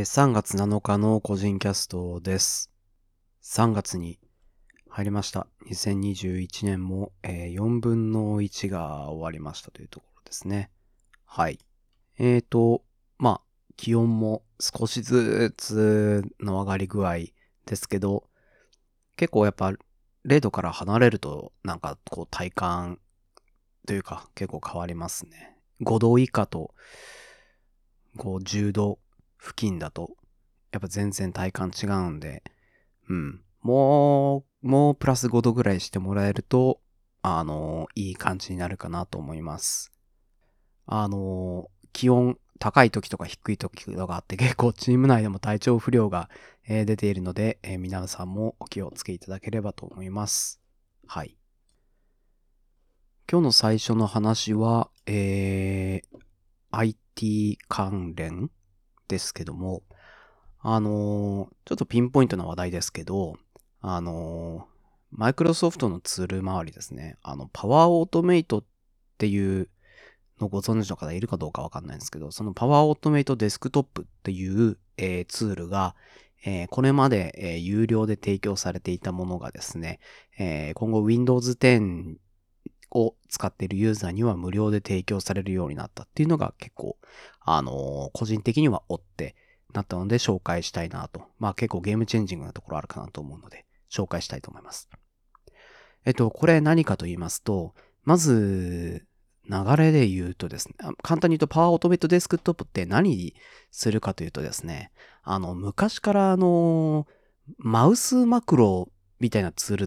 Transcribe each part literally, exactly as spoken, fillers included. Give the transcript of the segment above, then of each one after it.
えー、さんがつなのかの個人キャストです。さんがつに入りました。にせんにじゅういちねんも、えー、よんぶんのいちが終わりましたというところですね。はい。えーと、まあ、気温も少しずつの上がり具合ですけど、結構やっぱれいどから離れるとなんかこう体感というか結構変わりますね。ごど以下とこうじゅうど付近だとやっぱ全然体感違うんで、うん。もう、もうプラスごどぐらいしてもらえると、あの、いい感じになるかなと思います。あの、気温高い時とか低い時とかあって結構チーム内でも体調不良が、えー出ているので、えー皆さんもお気をつけいただければと思います。はい。今日の最初の話は、えー、アイティー 関連ですけども、あのーちょっとピンポイントな話題ですけど、あのマイクロソフトのツール周りですね。あの、パワーオートメイトっていうのご存知の方いるかどうかわかんないんですけど、そのパワーオートメイトデスクトップっていう、えーツールが、えーこれまで、えー有料で提供されていたものがですね、えー今後 ウィンドウズテン を使っているユーザーには無料で提供されるようになったっていうのが結構、あのー個人的には追ってなったので紹介したいなと。まあ結構ゲームチェンジングなところあるかなと思うので紹介したいと思います。えっと、これ何かと言いますと、まず、流れで言うとですね、簡単に言うとパワーオートメイトデスクトップって何するかというとですね、あの、昔からあの、マウスマクロみたいなツールって、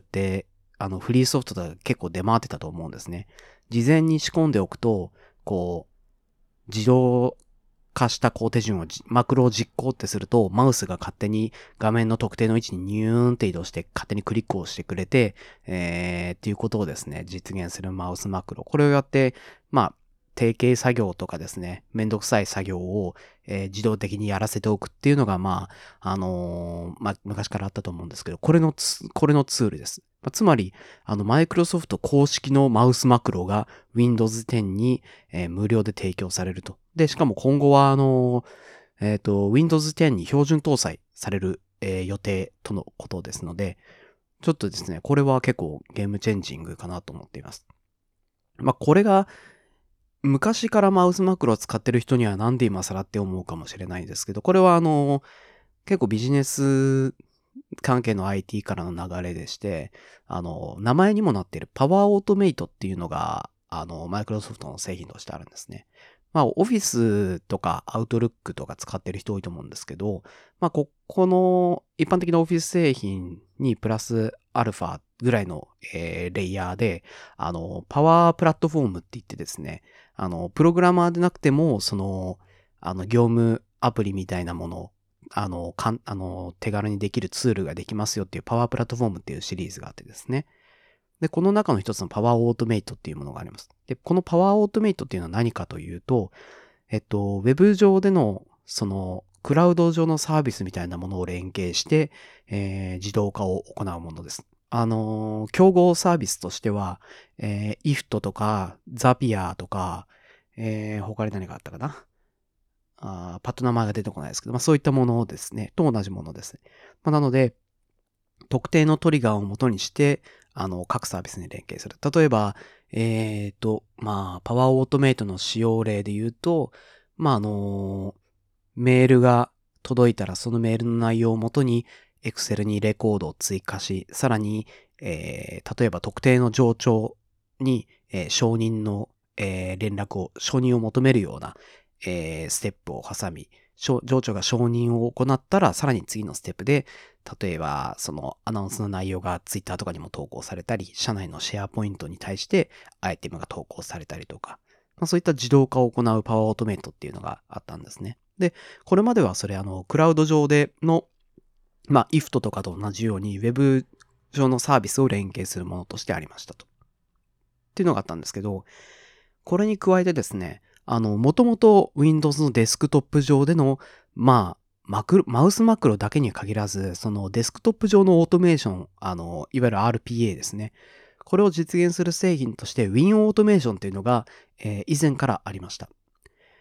あの、フリーソフトで結構出回ってたと思うんですね。事前に仕込んでおくと、こう、自動化した工程順をマクロを実行ってすると、マウスが勝手に画面の特定の位置にニューンって移動して勝手にクリックをしてくれて、えー、っていうことをですね、実現するマウスマクロ。これをやって、まあ、定型作業とかですね、めんどくさい作業を、えー、自動的にやらせておくっていうのが、まあ、あのー、まあ、昔からあったと思うんですけど、これのツ、これのツールです。まあ、つまり、あの、マイクロソフト公式のマウスマクロが ウィンドウズテン に、えー無料で提供されると。で、しかも今後は、あのー、えっ、と、ウィンドウズテン に標準搭載される、えー予定とのことですので、ちょっとですね、これは結構ゲームチェンジングかなと思っています。まあ、これが、昔からマウスマクロを使ってる人にはなんで今更って思うかもしれないんですけど、これはあの、結構ビジネス関係の アイティー からの流れでして、あの、名前にもなっているパワーオートメイトっていうのが、あの、マイクロソフトの製品としてあるんですね。まあ、オフィスとかアウトルックとか使ってる人多いと思うんですけど、まあ、ここの一般的なオフィス製品にプラスアルファぐらいの、えーレイヤーで、あの、パワープラットフォームって言ってですね、あの、プログラマーでなくても、その、あの、業務アプリみたいなものあの、かん、あの、手軽にできるツールができますよっていうパワープラットフォームっていうシリーズがあってですね。で、この中の一つのパワーオートメイトっていうものがあります。で、このパワーオートメイトっていうのは何かというと、えっと、ウェブ上での、その、クラウド上のサービスみたいなものを連携して、えー自動化を行うものです。あのー競合サービスとしては、えー、イフトとか、ザピアとか、えー他に何があったかなあパッと名前が出てこないですけど、まあそういったものですね。と同じものですね。まあ、なので、特定のトリガーを元にして、あの、各サービスに連携する。例えば、えっと、まあ、パワーオートメイトの使用例で言うと、まあ、あの、メールが届いたらそのメールの内容を元に Excel にレコードを追加し、さらに、えー例えば特定の上長に、えー承認の、えー連絡を、承認を求めるような、えーステップを挟み、上長が承認を行ったら、さらに次のステップで、例えば、そのアナウンスの内容が Twitter とかにも投稿されたり、社内のシェアポイントに対してアイテムが投稿されたりとか、まあ、そういった自動化を行うパワーオートメイトっていうのがあったんですね。で、これまではそれあの、クラウド上での、まあ、イフトとかと同じように Web 上のサービスを連携するものとしてありましたと。っていうのがあったんですけど、これに加えてですね、あの、もともと Windows のデスクトップ上での、まあ、マクロ、マウスマクロだけに限らず、そのデスクトップ上のオートメーション、あの、いわゆる アールピーエー ですね。これを実現する製品として Win オートメーションというのが、えー以前からありました。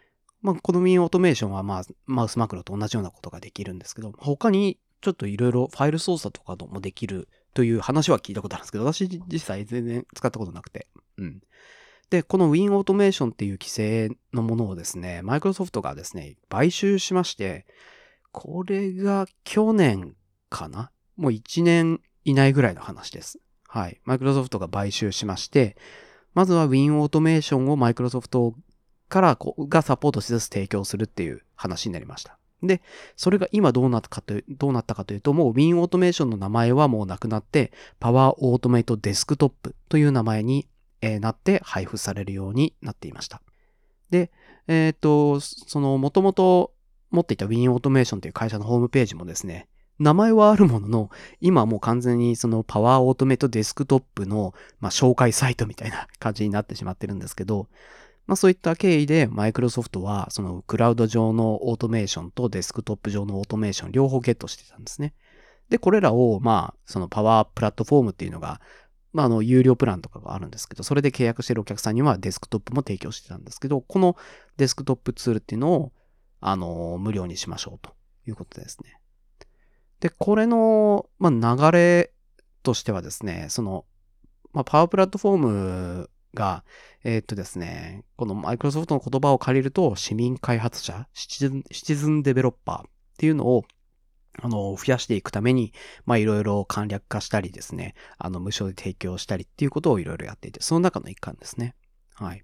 まあ、この Win オートメーションはまあ、マウスマクロと同じようなことができるんですけど、他にちょっといろいろファイル操作とかもできるという話は聞いたことあるんですけど、私実際全然使ったことなくて。うん。で、この Win オートメーションっていう規制のものをですね、マイクロソフトがですね、買収しまして、これが去年かな？もういちねん以内ぐらいの話です。はい。マイクロソフトが買収しまして、まずは Win オートメーションをマイクロソフトからこうがサポートしつつ提供するっていう話になりました。で、それが今どうなったかという、どうなったかというと、もう Win オートメーションの名前はもうなくなって、Power Automate Desktop という名前になって配布されるようになっていました。で、えっと、その元々持っていた Win オートメーションという会社のホームページもですね、名前はあるものの、今はもう完全にその Power Automate Desktop の、まあ、紹介サイトみたいな感じになってしまってるんですけど、まあそういった経緯でマイクロソフトはそのクラウド上のオートメーションとデスクトップ上のオートメーション両方ゲットしてたんですね。で、これらをまあそのパワープラットフォームっていうのが、まああの有料プランとかがあるんですけど、それで契約しているお客さんにはデスクトップも提供してたんですけど、このデスクトップツールっていうのをあの無料にしましょうということですね。で、これの、まあ、流れとしてはですね、その、まあ、パワープラットフォームが、えー、っとですね、このマイクロソフトの言葉を借りると、市民開発者、シチズン、シチズンデベロッパーっていうのを、あの、増やしていくために、まあ、いろいろ簡略化したりですね、あの、無償で提供したりっていうことをいろいろやっていて、その中の一環ですね。はい。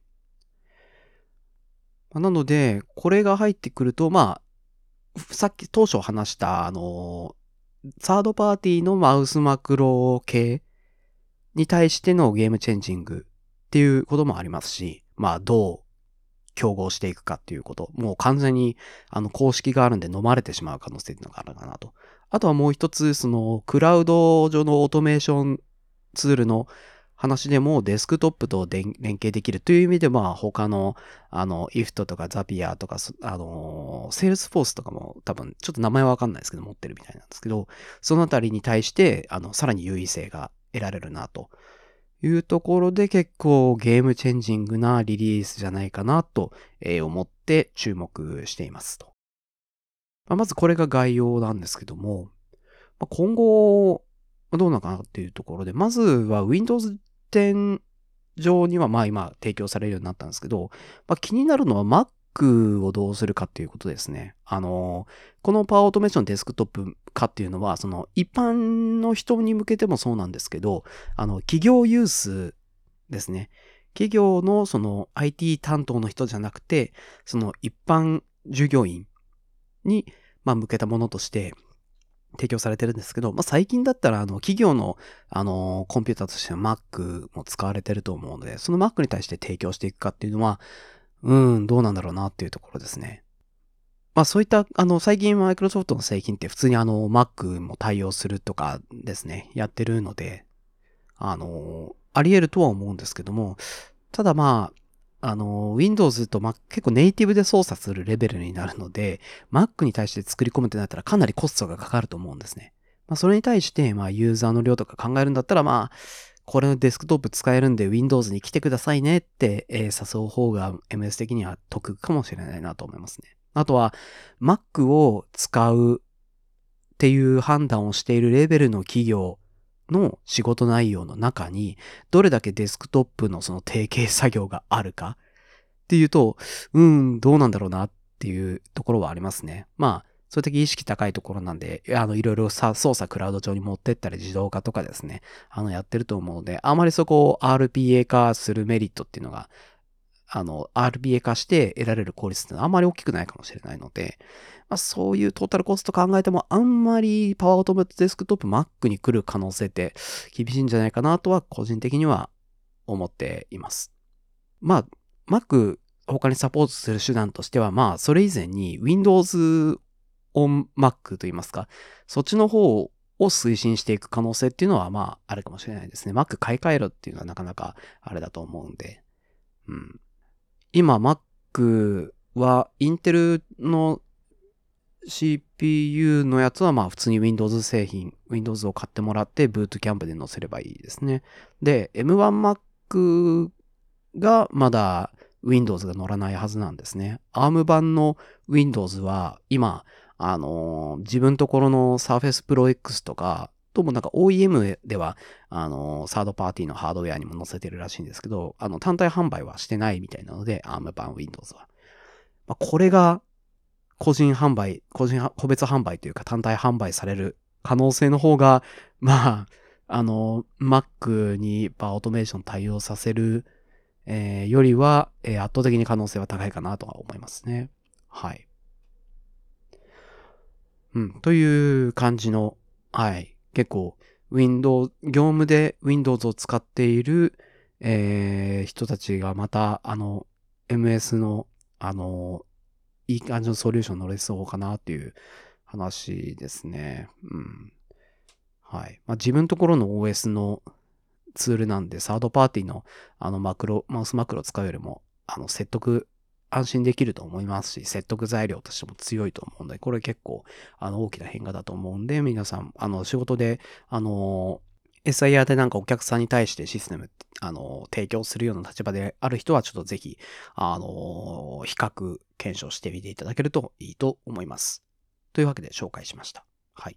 なので、これが入ってくると、まあ、さっき当初話した、あの、サードパーティーのマウスマクロ系に対してのゲームチェンジングっていうこともありますし、まあどう競合していくかっていうこと、もう完全にあの公式があるんで飲まれてしまう可能性っていうのがあるかなと。あとはもう一つ、そのクラウド上のオートメーションツールの話でもデスクトップと連携できるという意味で、まあ他のあの イフト とか Zapier とか、あの Salesforce とかも多分ちょっと名前はわかんないですけど持ってるみたいなんですけど、そのあたりに対してあのさらに優位性が得られるなというところで結構ゲームチェンジングなリリースじゃないかなと思って注目していますと。まずこれが概要なんですけども、今後どうなのかなっていうところで、まずは Windows テン上にはまあ今提供されるようになったんですけど、まあ、気になるのは Mac をどうするかっていうことですね。あの、この Power Automation デスクトップ化っていうのは、その一般の人に向けてもそうなんですけど、あの、企業ユースですね。企業のその アイティー 担当の人じゃなくて、その一般従業員にまあ向けたものとして提供されてるんですけど、まあ、最近だったらあの企業のあのコンピューターとしての Mac も使われてると思うので、その Mac に対して提供していくかっていうのは、うーん、どうなんだろうなっていうところですね。まあそういった、あの、最近マイクロソフトの製品って普通にあの Mac も対応するとかですね、やってるので、あの、あり得るとは思うんですけども、ただまあ、あの、Windows と Mac 結構ネイティブで操作するレベルになるので、Mac に対して作り込むってなったらかなりコストがかかると思うんですね。まあ、それに対して、まあ、ユーザーの量とか考えるんだったら、まあ、これのデスクトップ使えるんで Windows に来てくださいねって、えー、誘う方が エムエス 的には得かもしれないなと思いますね。あとは、Mac を使うっていう判断をしているレベルの企業の仕事内容の中に、どれだけデスクトップのその提携作業があるかっていうと、うん、どうなんだろうなっていうところはありますね。まあ、そういう時意識高いところなんで、あの、いろいろさ操作クラウド上に持ってったり自動化とかですね、あの、やってると思うので、あまりそこを アールピーエー 化するメリットっていうのが、あの、アールピーエー 化して得られる効率っていうのはあんまり大きくないかもしれないので、まあ、そういうトータルコスト考えても、あんまりパワーオートメートデスクトップ Mac に来る可能性って厳しいんじゃないかなとは個人的には思っています。まあ、Mac 他にサポートする手段としては、まあ、それ以前に Windows on Mac といいますか、そっちの方を推進していく可能性っていうのは、まあ、あるかもしれないですね。Mac 買い替えろっていうのはなかなかあれだと思うんで。うん。今 Mac はインテルの シーピーユー のやつはまあ普通に Windows 製品、Windows を買ってもらってブートキャンプで載せればいいですね。で、エムワン Mac がまだ Windows が乗らないはずなんですね。アーム 版の Windows は今、あのー自分ところの Surface Pro X とか、ともなんか オーイーエム では、あのーサードパーティーのハードウェアにも載せてるらしいんですけど、あの、単体販売はしてないみたいなので、アーム 版 Windows は。まあ、これが、個人販売、個人、個別販売というか単体販売される可能性の方が、まあ、あの、Mac にバーオートメーション対応させる、えーよりは、えー圧倒的に可能性は高いかなとは思いますね。はい。うん。という感じの、はい。結構、Windows、業務で Windows を使っている、えー人たちがまた、あの、エムエス の、あの、いい感じのソリューション乗れそうかなっていう話ですね。うん。はい。まあ、自分のところの オーエス のツールなんで、サードパーティーのあのマクロ、マウスマクロを使うよりも、あの、説得、安心できると思いますし、説得材料としても強いと思うんで、これ結構、あの、大きな変化だと思うんで、皆さん、あの、仕事で、あの、エスアイアール でなんかお客さんに対してシステム、あの、提供するような立場である人は、ちょっとぜひ、あの、比較、検証してみていただけるといいと思います。というわけで紹介しました。はい。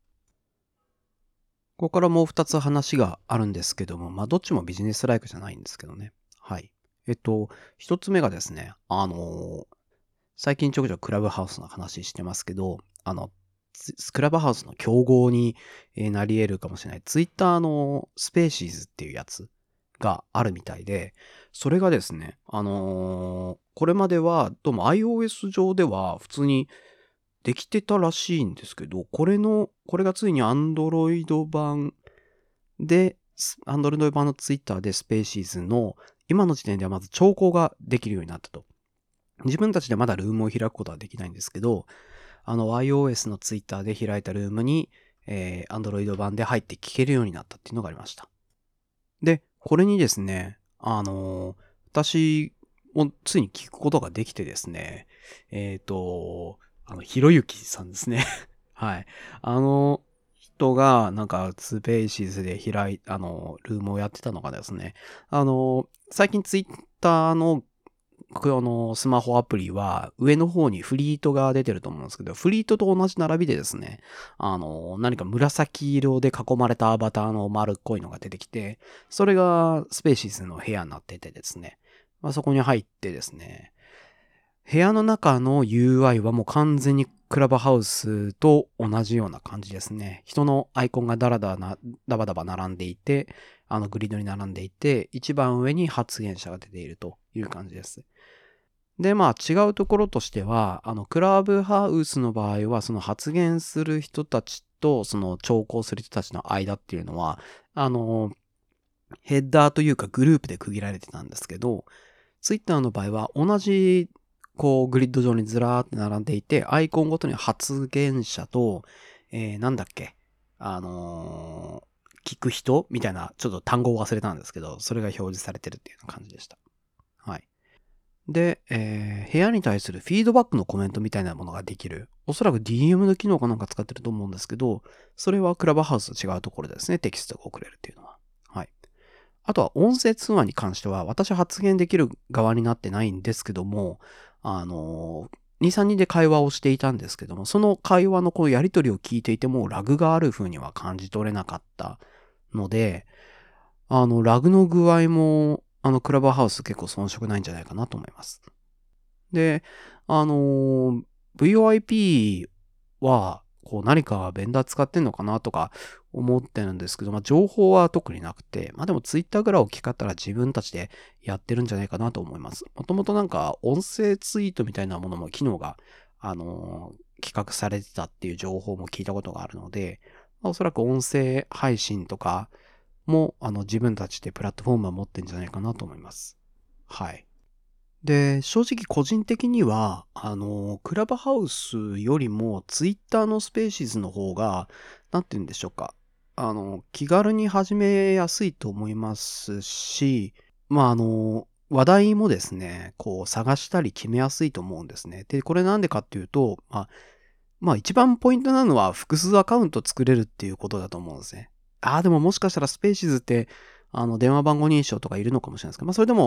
ここからもう二つ話があるんですけども、まあ、どっちもビジネスライクじゃないんですけどね。はい。えっと、一つ目がですね、あのー最近ちょくちょくクラブハウスの話してますけど、あの、ツクラブハウスの競合にえーなり得るかもしれない、ツイッターのスペーシーズっていうやつがあるみたいで、それがですね、あのーこれまでは、どうも iOS 上では普通にできてたらしいんですけど、これの、これがついに Android 版で、Android 版の Twitter で Spaces の今の時点ではまず聴講ができるようになったと。自分たちでまだルームを開くことはできないんですけど、あの iOS の Twitter で開いたルームに、えー、Android 版で入って聞けるようになったっていうのがありました。で、これにですね、あのー私もついに聞くことができてですね、えっ、と、あの、ひろゆきさんですね。はい。あの人が、なんか、スペーシーズで開い、あの、ルームをやってたのがですね、あの、最近ツイッターの、このスマホアプリは上の方にフリートが出てると思うんですけど、フリートと同じ並びでですね、あの、何か紫色で囲まれたアバターの丸っこいのが出てきて、それがスペーシーズの部屋になっててですね、まあ、そこに入ってですね、部屋の中の ユーアイ はもう完全にクラブハウスと同じような感じですね。人のアイコンがダラダラな、ダバダバ並んでいて、あのグリッドに並んでいて、一番上に発言者が出ているという感じです。で、まあ違うところとしては、あのクラブハウスの場合は、その発言する人たちとその聴講する人たちの間っていうのは、あの、ヘッダーというかグループで区切られてたんですけど、ツイッターの場合は同じこうグリッド上にずらーって並んでいて、アイコンごとに発言者と、えー、なんだっけ、あのー聞く人みたいな、ちょっと単語を忘れたんですけど、それが表示されてるっていう感じでした。はい。で、えー部屋に対するフィードバックのコメントみたいなものができる。おそらく ディーエム の機能かなんか使ってると思うんですけど、それはクラブハウスと違うところですね。テキストが送れるっていうのは。はい。あとは音声通話に関しては、私は発言できる側になってないんですけども、あの、に、さんにんで会話をしていたんですけども、その会話のこうやりとりを聞いていても、ラグがある風には感じ取れなかったので、あの、ラグの具合も、あの、クラブハウス結構遜色ないんじゃないかなと思います。で、あの、ブイオーアイピー は、こう何かベンダー使ってんのかなとか思ってるんですけど、まあ情報は特になくて、まあでもツイッターぐらい大きかったら自分たちでやってるんじゃないかなと思います。もともとなんか音声ツイートみたいなものも機能が、あのー企画されてたっていう情報も聞いたことがあるので、まあおそらく音声配信とかも、あの自分たちでプラットフォームは持ってんじゃないかなと思います。はい。で、正直個人的には、あの、クラブハウスよりもツイッターのスペーシーズの方が、なんて言うんでしょうか。あの、気軽に始めやすいと思いますし、まあ、あの、話題もですね、こう探したり決めやすいと思うんですね。で、これなんでかっていうと、まあ、まあ一番ポイントなのは複数アカウント作れるっていうことだと思うんですね。ああ、でももしかしたらスペーシーズって、あの、電話番号認証とかいるのかもしれないですけど、まあそれでも、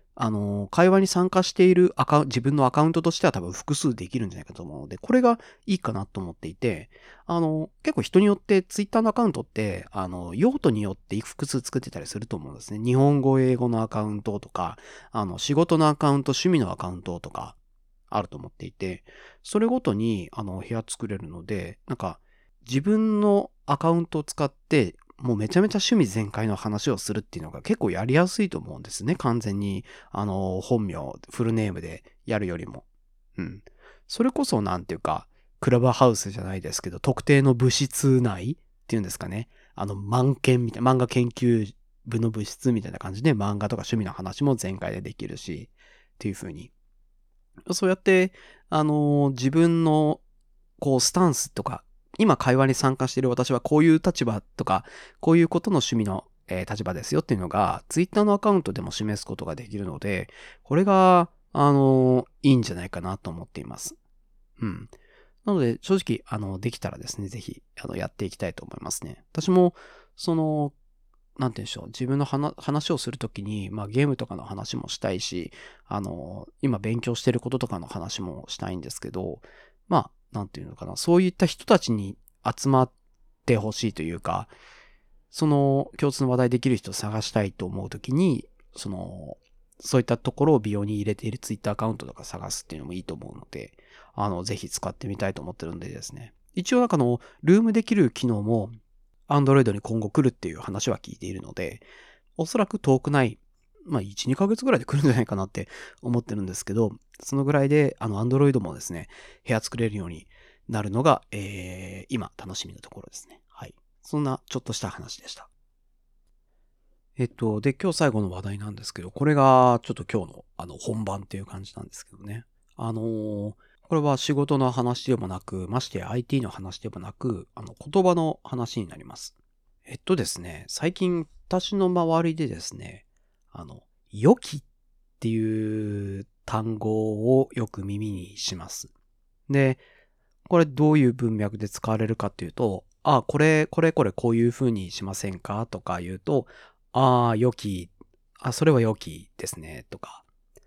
あの、会話に参加しているアカウン自分のアカウントとしては多分複数できるんじゃないかと思うので、これがいいかなと思っていて、あの、結構人によってツイッターのアカウントって、あの、用途によって複数作ってたりすると思うんですね。日本語、英語のアカウントとか、あの、仕事のアカウント、趣味のアカウントとか、あると思っていて、それごとに、あの、部屋作れるので、なんか、自分のアカウントを使って、もうめちゃめちゃ趣味全開の話をするっていうのが結構やりやすいと思うんですね。完全に、あの、本名、フルネームでやるよりも。うん。それこそなんていうか、クラブハウスじゃないですけど、特定の部室内っていうんですかね。あの、漫研みたいな、漫画研究部の部室みたいな感じで漫画とか趣味の話も全開でできるし、っていう風に。そうやって、あの、自分の、こう、スタンスとか、今会話に参加している私はこういう立場とか、こういうことの趣味の、えー立場ですよっていうのが、ツイッターのアカウントでも示すことができるので、これが、あの、いいんじゃないかなと思っています。うん。なので、正直、あの、できたらですね、ぜひ、あの、やっていきたいと思いますね。私も、その、なんて言うんでしょう、自分の話話をするときに、まあゲームとかの話もしたいし、あの、今勉強してることとかの話もしたいんですけど、まあ、なんていうのかな、そういった人たちに集まってほしいというか、その共通の話題できる人を探したいと思うときに、その、そういったところを美容に入れているツイッターアカウントとか探すっていうのもいいと思うので、あの、ぜひ使ってみたいと思ってるんでですね。一応なんかの、ルームできる機能も、Android に今後来るっていう話は聞いているので、おそらく遠くない、まあいち、にかげつぐらいで来るんじゃないかなって思ってるんですけど、そのぐらいで、あの、Android もですね、部屋作れるようになるのが、えー、今楽しみなところですね。はい。そんなちょっとした話でした。えっと、で、今日最後の話題なんですけど、これがちょっと今日のあの本番っていう感じなんですけどね。あのーこれは仕事の話でもなく、ましてや アイティー の話でもなく、あの言葉の話になります。えっとですね、最近私の周りでですね、あの、良きっていう単語をよく耳にします。で、これどういう文脈で使われるかっていうと、あ、これ、これこれこういう風にしませんかとか言うと、ああ、良き、あ、それは良きですね、とか。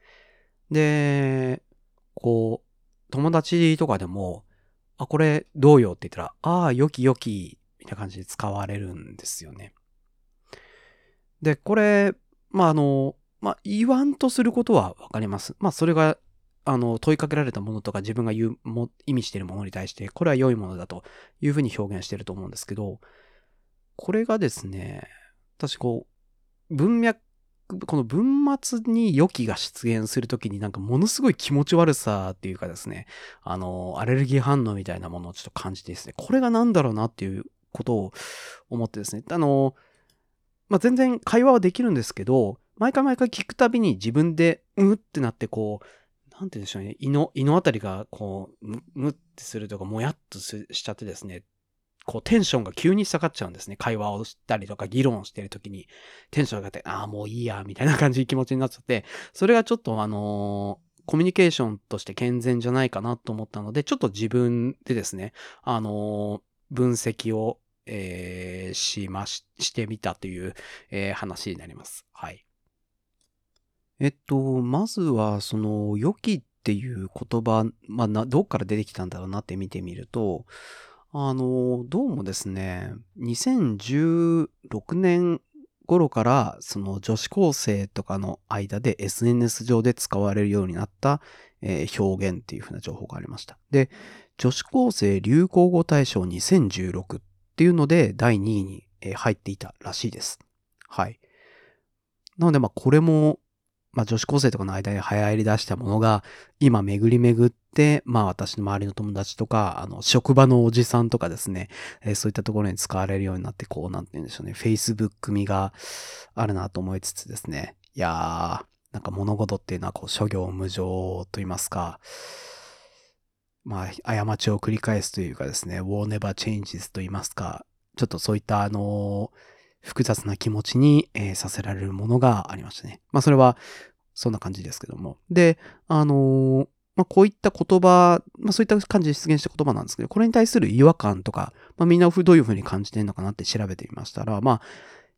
で、こう、友達とかでも、あ、これどうよって言ったら、ああ、良き良き、みたいな感じで使われるんですよね。で、これ、まあ、あの、まあ、言わんとすることはわかります。まあ、それが、あの、問いかけられたものとか自分が言う、も、意味しているものに対して、これは良いものだというふうに表現していると思うんですけど、これがですね、私こう、文脈、この文末に良きが出現するときになんかものすごい気持ち悪さっていうかですね、あの、アレルギー反応みたいなものをちょっと感じてですね、これがなんだろうなっていうことを思ってですね、あの、まあ、全然会話はできるんですけど、毎回毎回聞くたびに自分で、うってなってこう、なんて言うんでしょうね、胃の、胃のあたりがこう、む、むってするとか、もやっとしちゃってですね、こうテンションが急に下がっちゃうんですね。会話をしたりとか議論をしているときに、テンションが上がって、ああ、もういいや、みたいな感じの気持ちになっちゃって、それがちょっとあのーコミュニケーションとして健全じゃないかなと思ったので、ちょっと自分でですね、あのー分析を、えーしまし、してみたという、えー話になります。はい。えっと、まずは、その、良きっていう言葉、まあ、な、どっから出てきたんだろうなって見てみると、あの、どうもですね、にせんじゅうろくねん頃から、その女子高生とかの間で エスエヌエス 上で使われるようになった、えー表現っていうふうな情報がありました。で、女子高生流行語大賞にせんじゅうろくっていうのでだいにいにえー入っていたらしいです。はい。なので、まあ、これも、まあ、女子高生とかの間で流行り出したものが、今巡り巡って、まあ、私の周りの友達とか、あの、職場のおじさんとかですね、えーそういったところに使われるようになって、こう、なんて言うんでしょうね、Facebook 味があるなと思いつつですね。いやー、なんか物事っていうのは、こう、諸行無常と言いますか、まあ、過ちを繰り返すというかですね、war never changes と言いますか、ちょっとそういったあの複雑な気持ちに、えーさせられるものがありましたね。まあそれはそんな感じですけども。で、あのーまあこういった言葉、まあそういった感じで出現した言葉なんですけど、これに対する違和感とか、まあみんなどういうふうに感じてるのかなって調べてみましたら、まあ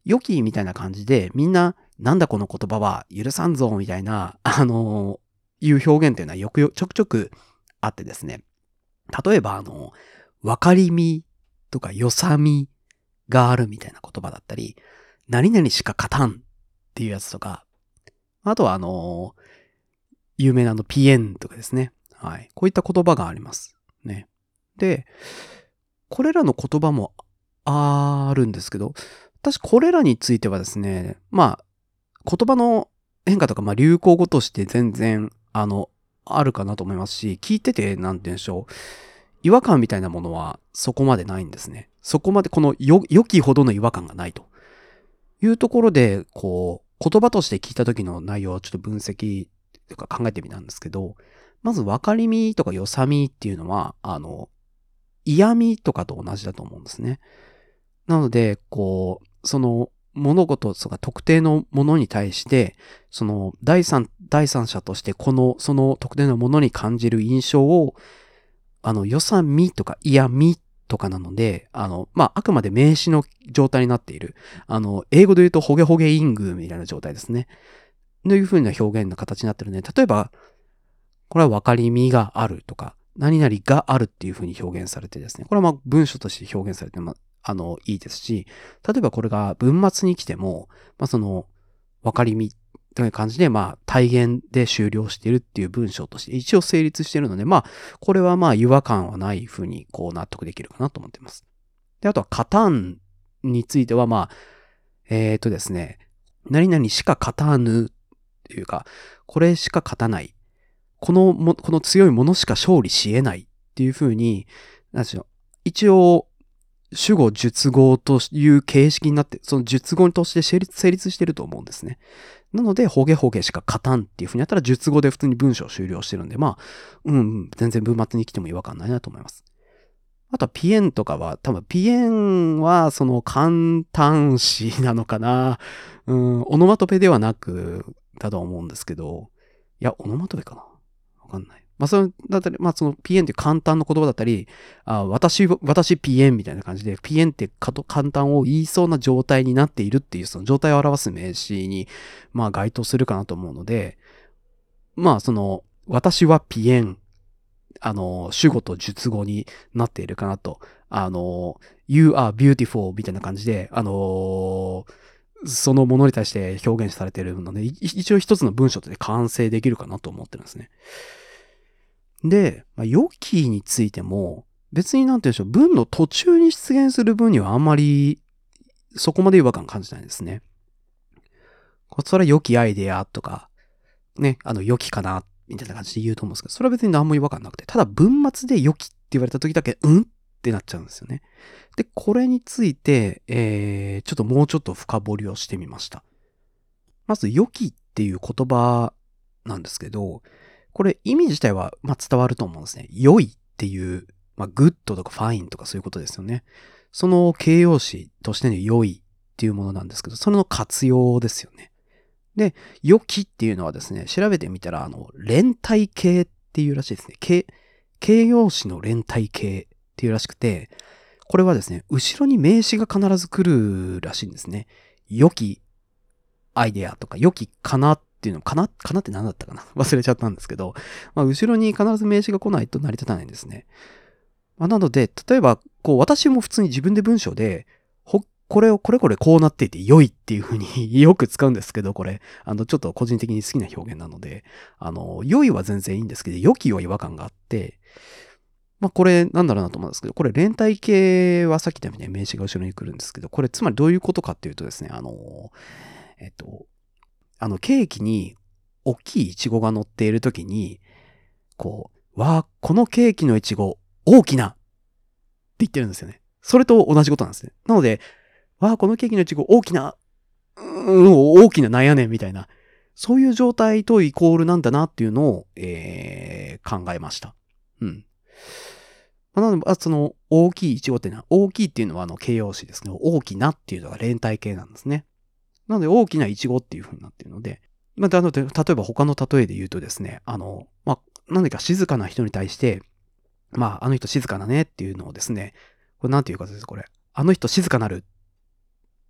良きみたいな感じで、みんな、なんだこの言葉は許さんぞ、みたいな、あのー、いう表現っていうのはよくよ、ちょくちょくあってですね。例えば、あの、わかりみとかよさみがあるみたいな言葉だったり、何々しか勝たんっていうやつとか、あとはあのー、有名なあのピエンとかですね。はい。こういった言葉があります。ね。で、これらの言葉もあるんですけど、私これらについてはですね、まあ、言葉の変化とか、まあ流行語として全然、あの、あるかなと思いますし、聞いてて、なんて言うんでしょう。違和感みたいなものはそこまでないんですね。そこまでこのよ、良きほどの違和感がないというところで、こう、言葉として聞いた時の内容をちょっと分析とか考えてみたんですけど、まず分かりみとかよさみっていうのは、あの、嫌味とかと同じだと思うんですね。なので、こう、その物事とか特定のものに対して、その第三、第三者としてこの、その特定のものに感じる印象を、あの、よさみとか嫌味とかなので、あの、まあ、あくまで名詞の状態になっている。あの、英語で言うとホゲホゲイングみたいな状態ですね。という風な表現の形になってるので、例えば、これは分かりみがあるとか、何々があるっていう風に表現されてですね、これはまあ文章として表現されて、まあ、あの、いいですし、例えばこれが文末に来ても、まあ、その、分かりみという感じで、まあ、体現で終了しているっていう文章として一応成立しているので、まあ、これはまあ、違和感はない風にこう納得できるかなと思っています。で、あとは、カタンについては、まあ、えっとですね、何々しか勝たぬっていうか、これしか勝たない。このも、この強いものしか勝利し得ないっていう風に、なんでしょう。一応、主語、述語という形式になって、その述語として成立、成立してると思うんですね。なので、ほげほげしか勝たんっていう風にやったら、述語で普通に文章を終了してるんで、まあ、うん、うん、全然文末に来ても違和感ないなと思います。あとはピエンとかは、多分ピエンはその簡単詞なのかな。うん、オノマトペではなく、だと思うんですけど、いや、オノマトペかなわかんない。まあ、それだったり、まあ、そのピエンって簡単な言葉だったり、あ私、私ピエンみたいな感じで、ピエンって簡単を言いそうな状態になっているっていう、その状態を表す名詞に、まあ、該当するかなと思うので、まあ、その、私はピエン、あの、主語と述語になっているかなと。あの、you are beautiful みたいな感じで、あの、そのものに対して表現されているので、一応一つの文章で完成できるかなと思ってるんですね。で、まあ、良きについても、別になんて言うんでしょう、文の途中に出現する分にはあんまり、そこまで違和感感じないですね。それは良きアイデアとか、ね、あの、良きかな、みたいな感じで言うと思うんですけど、それは別に何も違和感なくて、ただ文末で良きって言われた時だけ、うんってなっちゃうんですよね。で、これについて、えー、ちょっともうちょっと深掘りをしてみました。まず、良きっていう言葉なんですけど、これ意味自体は、まあ、伝わると思うんですね。良いっていう、まあ、グッドとかファインとかそういうことですよね。その形容詞としての良いっていうものなんですけど、それの活用ですよね。で、良きっていうのはですね、調べてみたら、あの、連体形っていうらしいですね。形、形容詞の連体形っていうらしくて、これはですね、後ろに名詞が必ず来るらしいんですね。良きアイデアとか、良きかなっていうの、かなかなって何だったかな忘れちゃったんですけど、まあ、後ろに必ず名詞が来ないと成り立たないんですね。まあ、なので、例えば、こう、私も普通に自分で文章で、ほ、これを、これこれこうなっていて良いっていう風によく使うんですけど、これ、あの、ちょっと個人的に好きな表現なので、あの、良いは全然いいんですけど、良きは違和感があって、まあ、これ、なんだろうなと思うんですけど、これ、連体形はさっき言ったように名詞が後ろに来るんですけど、これ、つまりどういうことかっていうとですね、あの、えっと、あの、ケーキに、大きいイチゴが乗っているときに、こう、わあ、このケーキのイチゴ、大きなって言ってるんですよね。それと同じことなんですね。なので、わあ、このケーキのイチゴ、大きな、うーん、大きななんやねんみたいな、そういう状態とイコールなんだなっていうのを、えー、考えました。うん。なので、その、大きいイチゴっていうのは、大きいっていうのはあの形容詞ですね。大きなっていうのが連体形なんですね。なので、大きなイチゴっていう風になっているので、まあ、なので、例えば他の例えで言うとですね、あの、まあ、何か静かな人に対して、まあ、あの人静かだねっていうのをですね、これなんていうかですこれ。あの人静かなる。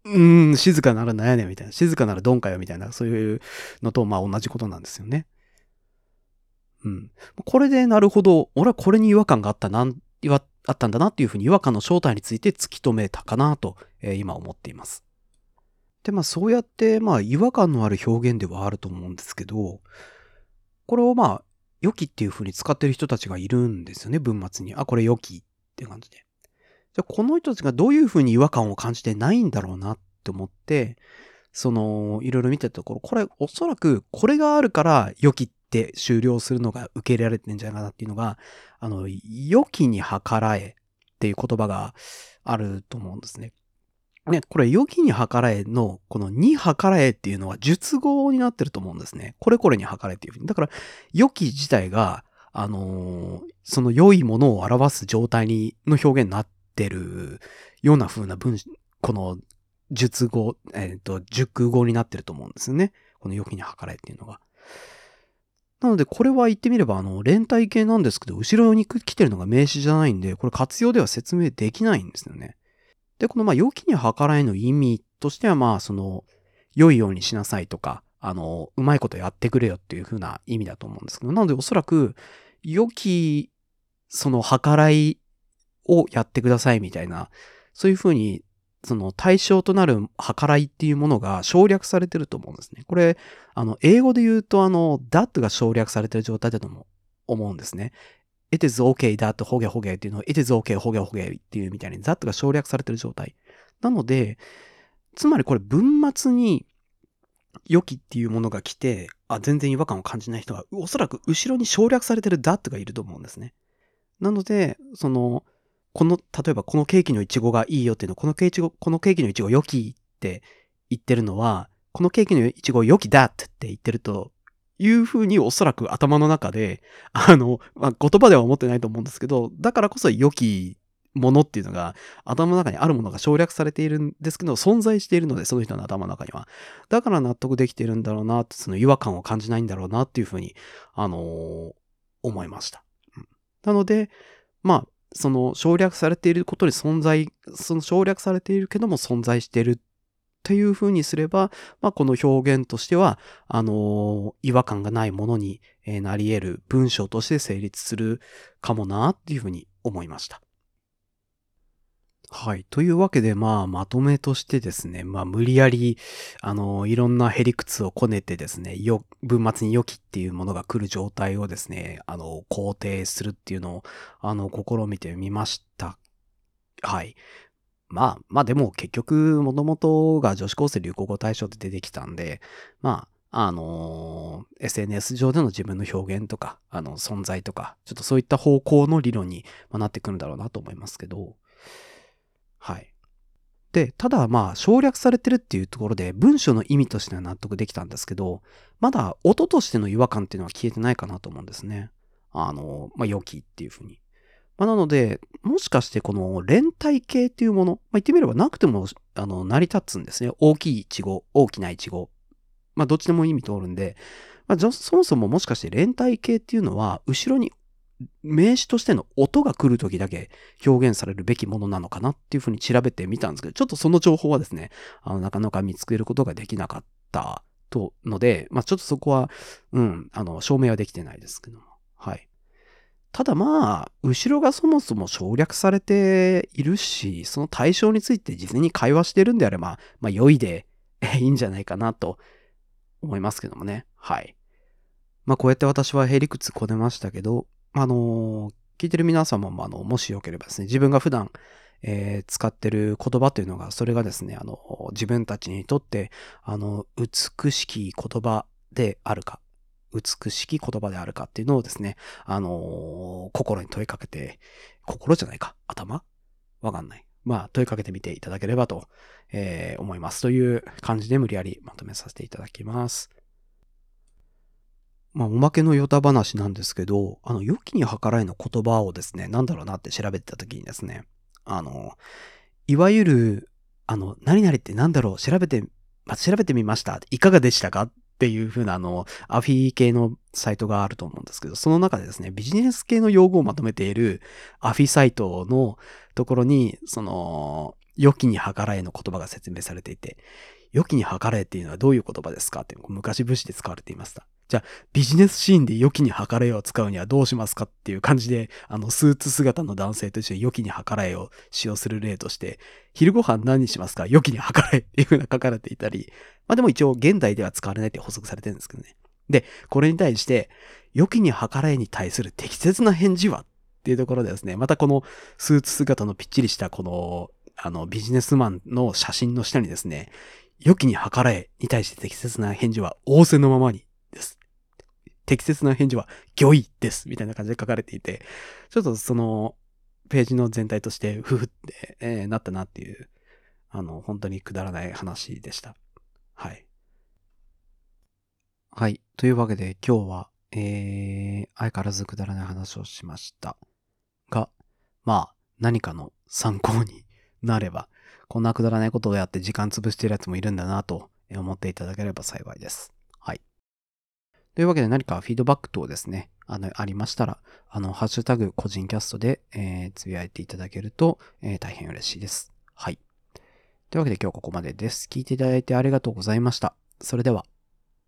うーん、静かならなんやねんみたいな。静かならドンかよみたいな、そういうのと、まあ同じことなんですよね。うん。これでなるほど、俺はこれに違和感があったな、違和あったんだなっていうふうに違和感の正体について突き止めたかなと、えー今思っています。で、まあそうやって、まあ違和感のある表現ではあると思うんですけど、これをまあ、良きっていうふうに使ってる人たちがいるんですよね、文末に。あ、これ良きって感じで。じゃあこの人たちがどういうふうに違和感を感じてないんだろうなって思って、その、いろいろ見てたところ、これおそらくこれがあるから良きって終了するのが受け入れられてるんじゃないかなっていうのが、あの、良きに計らえっていう言葉があると思うんですね。ね、これ、良きに計らえの、このに計らえっていうのは述語になってると思うんですね。これこれに計らえっていうふうに。だから、良き自体が、あのーその良いものを表す状態に、の表現になってるような風な文、この述語、えっ、と、熟語になってると思うんですよね。この良きに計らえっていうのが。なので、これは言ってみれば、あの、連体形なんですけど、後ろに来てるのが名詞じゃないんで、これ活用では説明できないんですよね。で、このまあ、良きに計らいの意味としては、まあ、その、良いようにしなさいとか、あの、うまいことやってくれよっていう風な意味だと思うんですけど、なのでおそらく、良き、その計らいをやってくださいみたいな、そういう風に、その対象となる計らいっていうものが省略されてると思うんですね。これ、あの、英語で言うと、あの、that が省略されてる状態だとも思うんですね。It is okay that ホゲホゲっていうのを It is okay ホゲホゲっていうみたいに that が省略されてる状態。なので、つまりこれ文末に良きっていうものが来て、あ、全然違和感を感じない人がおそらく後ろに省略されてる that がいると思うんですね。なので、その、この、例えばこのケーキのイチゴがいいよっていうの、このケーキ、このケーキのイチゴ良きって言ってるのは、このケーキのイチゴ良きだって言ってるというふうにおそらく頭の中で、あの、まあ、言葉では思ってないと思うんですけど、だからこそ良きものっていうのが頭の中にあるものが省略されているんですけど、存在しているので、その人の頭の中には。だから納得できているんだろうなって、その違和感を感じないんだろうなっていうふうに、あのー思いました。うん、なので、まあ、その省略されていることに存在、その省略されているけども存在しているっていう風にすれば、まあ、この表現としては、あのー違和感がないものになり得る文章として成立するかもなっていう風に思いました。はい。というわけで、まあ、まとめとしてですね、まあ、無理やり、あの、いろんなへりくつをこねてですね、よ、文末に良きっていうものが来る状態をですね、あの、肯定するっていうのを、あの、試みてみました。はい。まあ、まあでも結局、もともとが女子高生流行語大賞で出てきたんで、まあ、あのー エスエヌエス 上での自分の表現とか、あの、存在とか、ちょっとそういった方向の理論になってくるんだろうなと思いますけど、はい。で、ただまあ省略されてるっていうところで文章の意味としては納得できたんですけど、まだ音としての違和感っていうのは消えてないかなと思うんですね。あの、まあ、良きっていうふうに。まあ、なので、もしかしてこの連体系っていうもの、まあ、言ってみればなくても、あの、成り立つんですね。大きいイチゴ、大きなイチゴ。まあ、どっちでも意味通るんで、まあ、じゃそもそももしかして連体系っていうのは、後ろに名詞としての音が来るときだけ表現されるべきものなのかなっていうふうに調べてみたんですけど、ちょっとその情報はですね、あのなかなか見つけることができなかったとので、まあ、ちょっとそこは、うん、あの、証明はできてないですけども。はい。ただまあ、後ろがそもそも省略されているし、その対象について事前に会話してるんであれば、まあ良いでいいんじゃないかなと思いますけどもね。はい。まあこうやって私はへりくつこねましたけど、あのー聞いてる皆様もあの、もしよければですね、自分が普段、えー使ってる言葉というのが、それがですね、あの、自分たちにとって、あの、美しき言葉であるか、美しき言葉であるかっていうのをですね、あのー心に問いかけて、心じゃないか頭わかんない。まあ、問いかけてみていただければと、えー思います。という感じで無理やりまとめさせていただきます。まあ、おまけのヨタ話なんですけど、あの、良きに計らいの言葉をですね、なんだろうなって調べてた時にですね、あの、いわゆる、あの、何々ってなんだろう、調べて、まあ、調べてみました。いかがでしたかっていう風な、あの、アフィ系のサイトがあると思うんですけど、その中でですね、ビジネス系の用語をまとめているアフィサイトのところに、その、 良きに計らえの言葉が説明されていて、良きに計らえっていうのはどういう言葉ですかって昔武士で使われていました。じゃあ、ビジネスシーンで良きに計らえを使うにはどうしますかっていう感じで、あの、スーツ姿の男性として良きに計らえを使用する例として、昼ご飯何にしますか良きに計らえっていう風な書かれていたり、まあでも一応現代では使われないって補足されてるんですけどね。で、これに対して、良きに計らえに対する適切な返事はっていうところでですね、またこのスーツ姿のぴっちりしたこの、あの、ビジネスマンの写真の下にですね、良きに計らえに対して適切な返事は仰せのままにです。適切な返事は御意です。みたいな感じで書かれていて、ちょっとその、ページの全体として、ふふって、えー、なったなっていう、あの、本当にくだらない話でした。はい。はい。というわけで今日は、えー、相変わらずくだらない話をしました。が、まあ、何かの参考になれば、こんなくだらないことをやって時間潰してるやつもいるんだなと思っていただければ幸いです。はい。というわけで何かフィードバック等ですね、あの、ありましたら、あの、ハッシュタグ個人キャストで、えー、つぶやいていただけると、えー、大変嬉しいです。はい。というわけで今日はここまでです。聞いていただいてありがとうございました。それでは。